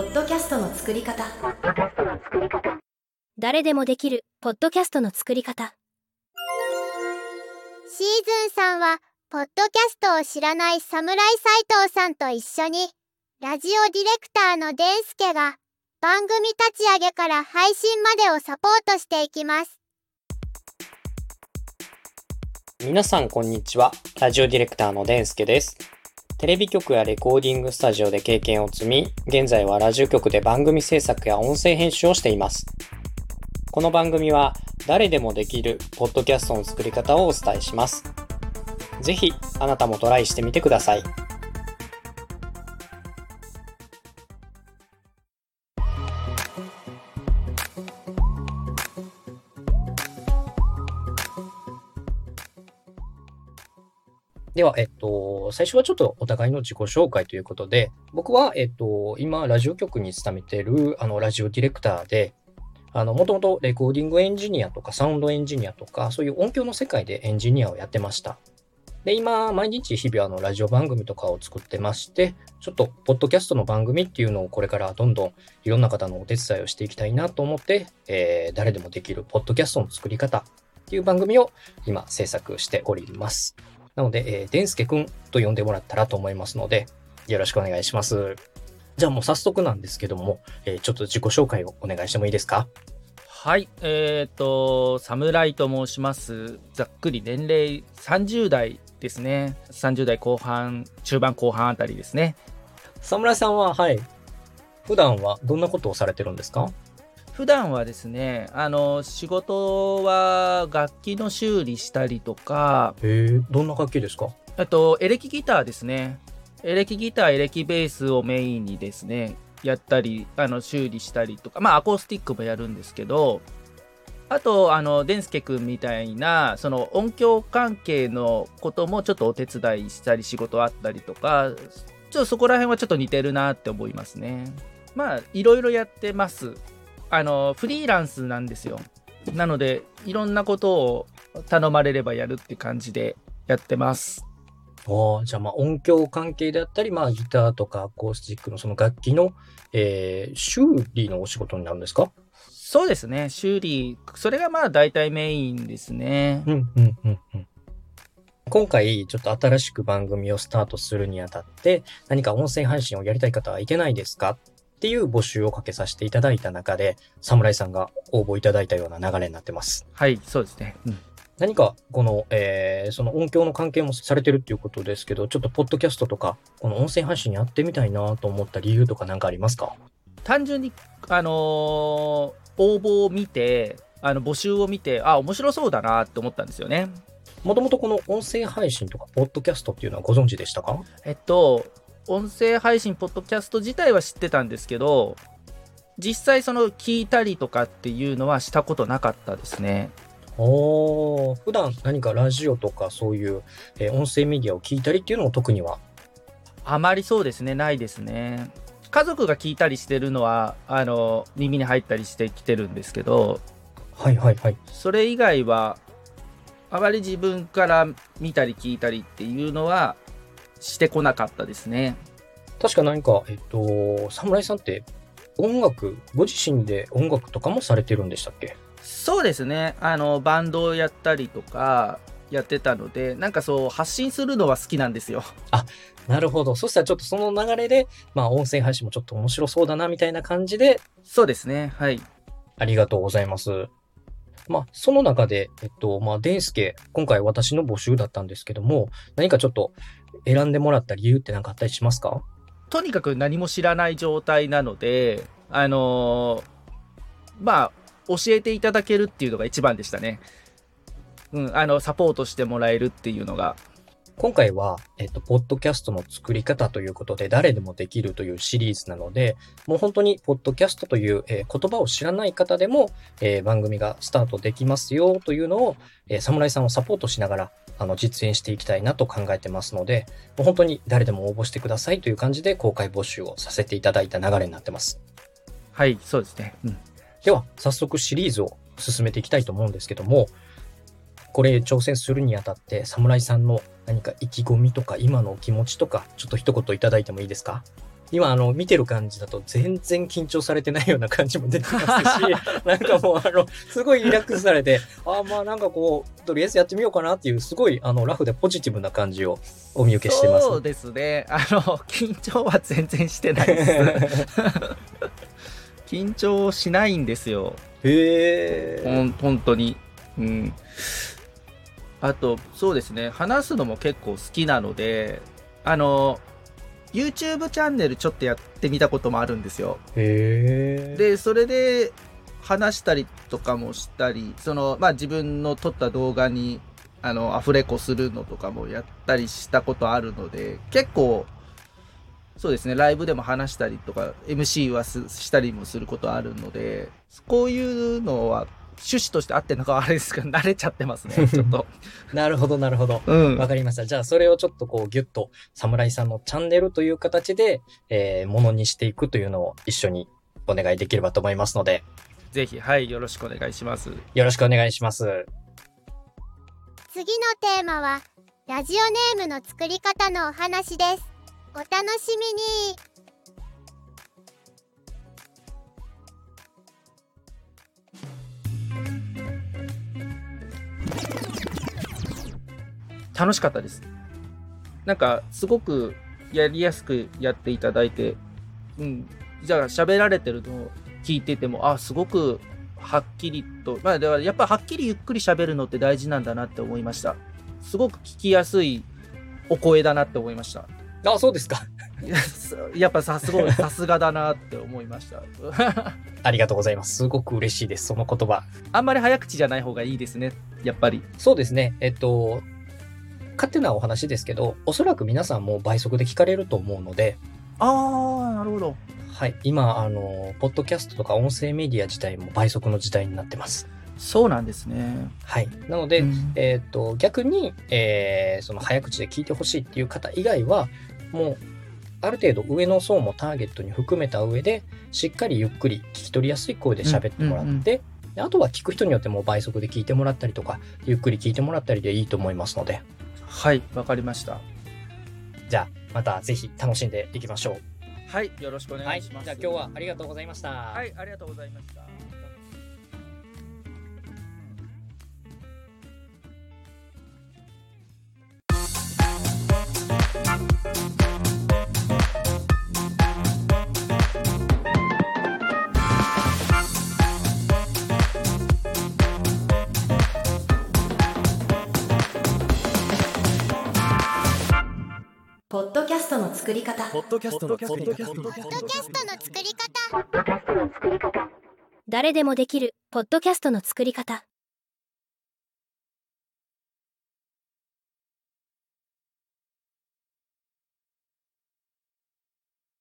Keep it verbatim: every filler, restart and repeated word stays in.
ポッドキャストの作り方。 誰でもできるポッドキャストの作り方。 シーズンさんはポッドキャストを知らない侍斉藤さんと一緒にラジオディレクターのデンスケが番組立ち上げから配信までをサポートしていきます。 皆さんこんにちは。ラジオディレクターのデンスケです。テレビ局やレコーディングスタジオで経験を積み、現在はラジオ局で番組制作や音声編集をしています。この番組は誰でもできるポッドキャストの作り方をお伝えします。ぜひあなたもトライしてみてください。では、えっと、最初はちょっとお互いの自己紹介ということで、僕は、えっと、今、ラジオ局に勤めている、あの、ラジオディレクターで、あの、もともとレコーディングエンジニアとか、サウンドエンジニアとか、そういう音響の世界でエンジニアをやってました。で、今、毎日日々、あの、ラジオ番組とかを作ってまして、ちょっと、ポッドキャストの番組っていうのをこれからどんどんいろんな方のお手伝いをしていきたいなと思って、えー、誰でもできるポッドキャストの作り方っていう番組を今、制作しております。なので、えー、デンスケくんと呼んでもらったらと思いますので、よろしくお願いします。じゃあもう早速なんですけども、えー、ちょっと自己紹介をお願いしてもいいですか？ はい、えっと、侍と申します。ざっくり年齢さんじゅう代ですね。さんじゅう代後半、中盤後半あたりですね。 侍さんは、はい、普段はどんなことをされてるんですか？ 普段はですね、あの仕事は楽器の修理したりとか。 へえ、どんな楽器ですか？ あとエレキギターですね。エレキギター、エレキベースをメインにですね、やったり、あの修理したりとか、まあアコースティックもやるんですけど、あとあのデンスケ君みたいなその音響関係のこともちょっとお手伝いしたり仕事あったりとか、ちょっとそこら辺はちょっと似てるなって思いますね。まあいろいろやってます。あのフリーランスなんですよ。なのでいろんなことを頼まれればやるって感じでやってます。 あ、じゃあまあ音響関係であったり、まあギターとかアコースティックのその楽器の、えー、修理のお仕事になるんですか？ そうですね、修理、それがまあ大体メインですね。 うんうんうんうん。今回ちょっと新しく番組をスタートするにあたって何か音声配信をやりたい方はいけないですかっていう募集をかけさせていただいた中で、侍さんが応募いただいたような流れになってます。 はい、そうですね。うん、 何かこの、えー、その音響の関係もされてるっていうことですけど、ちょっとポッドキャストとかこの音声配信やってみたいなと思った理由とか何かありますか？ 単純にあのー、応募を見て、あの募集を見て、あ、面白そうだなって思ったんですよね。 もともとこの音声配信とかポッドキャストっていうのはご存知でしたか？ えっと音声配信ポッドキャスト自体は知ってたんですけど、実際その聞いたりとかっていうのはしたことなかったですね。 おー、普段何かラジオとかそういう、えー、音声メディアを聞いたりっていうのも特には？ あまりそうですね、ないですね。家族が聞いたりしてるのはあの耳に入ったりしてきてるんですけど、 はいはいはい。 それ以外はあまり自分から見たり聞いたりっていうのはしてこなかったですね。 確か何か、えっと、侍さんって音楽、ご自身で音楽とかもされてるんでしたっけ？ そうですね、あのバンドをやったりとかやってたので、なんかそう発信するのは好きなんですよ。 あ、なるほど。そしたらちょっとその流れで、まあ音声配信もちょっと面白そうだなみたいな感じで。 そうですね、はい。 ありがとうございます。まあその中で、えっと、まあデンスケ、今回私の募集だったんですけども、何かちょっと選んでもらった理由って何かあったりしますか？ とにかく何も知らない状態なので、あのー、まあ教えていただけるっていうのが一番でしたね。うん、あのサポートしてもらえるっていうのが。 今回は、えっと、ポッドキャストの作り方ということで、誰でもできるというシリーズなので、もう本当に、ポッドキャストという、えー、言葉を知らない方でも、えー、番組がスタートできますよというのを、えー、侍さんをサポートしながら、あの、実演していきたいなと考えてますので、もう本当に誰でも応募してくださいという感じで、公開募集をさせていただいた流れになってます。 はい、そうですね。うん、 では、早速シリーズを進めていきたいと思うんですけども、これ挑戦するにあたって侍さんの何か意気込みとか今のお気持ちとかちょっと一言いただいてもいいですか？ 今あの見てる感じだと全然緊張されてないような感じも出てますしなんかもうあのすごいリラックスされてあまあなんかこうとりあえずやってみようかなっていうすごいあのラフでポジティブな感じをお見受けしてます。 そうですね、あの緊張は全然してないです緊張しないんですよ。 へえ。 ほん本当に。うん。あとそうですね、話すのも結構好きなので、あの YouTube チャンネルちょっとやってみたこともあるんですよ。 へえ。 でそれで話したりとかもしたり、そのまあ自分の撮った動画にあのアフレコするのとかもやったりしたことあるので、結構そうですね、ライブでも話したりとか エムシー はすしたりもすることあるので、こういうのは趣旨としてあってんのかあれですか、慣れちゃってますねちょっとなるほどなるほど。 うんわかりました。じゃあそれをちょっとこうギュッと侍さんのチャンネルという形で、えー、ものにしていくというのを一緒にお願いできればと思いますので、 ぜひはいよろしくお願いします。 よろしくお願いします。 次のテーマはラジオネームの作り方のお話です。お楽しみに。 楽しかったです。なんかすごくやりやすくやっていただいて、うん、じゃあ喋られてるのを聞いてても、あすごくはっきりと、まあだからやっぱはっきりゆっくり喋るのって大事なんだなって思いました。すごく聞きやすいお声だなって思いました。 あ、そうですか。 や, やっぱさすがさすがだなって思いましたありがとうございます。すごく嬉しいです、その言葉。 あんまり早口じゃない方がいいですね、やっぱり。 そうですね。えっと勝手なお話ですけど、おそらく皆さんも倍速で聞かれると思うので、 ああなるほど。 はい、今あのポッドキャストとか音声メディア自体も倍速の時代になってます。 そうなんですね。 はい、なので、 うん、 えっと逆に、えー、その早口で聞いてほしいっていう方以外はもうある程度上の層もターゲットに含めた上でしっかりゆっくり聞き取りやすい声で喋ってもらって、うんうんうん、であとは聞く人によっても倍速で聞いてもらったりとかゆっくり聞いてもらったりでいいと思いますので。 はい、わかりました。 じゃあまたぜひ楽しんでいきましょう。 はい、よろしくお願いします。 はい、じゃあ今日はありがとうございました。 はい、ありがとうございました。 ポッドキャストの作り方。 ポッドキャストの作り方。 ポッドキャストの作り方。 誰でもできるポッドキャストの作り方。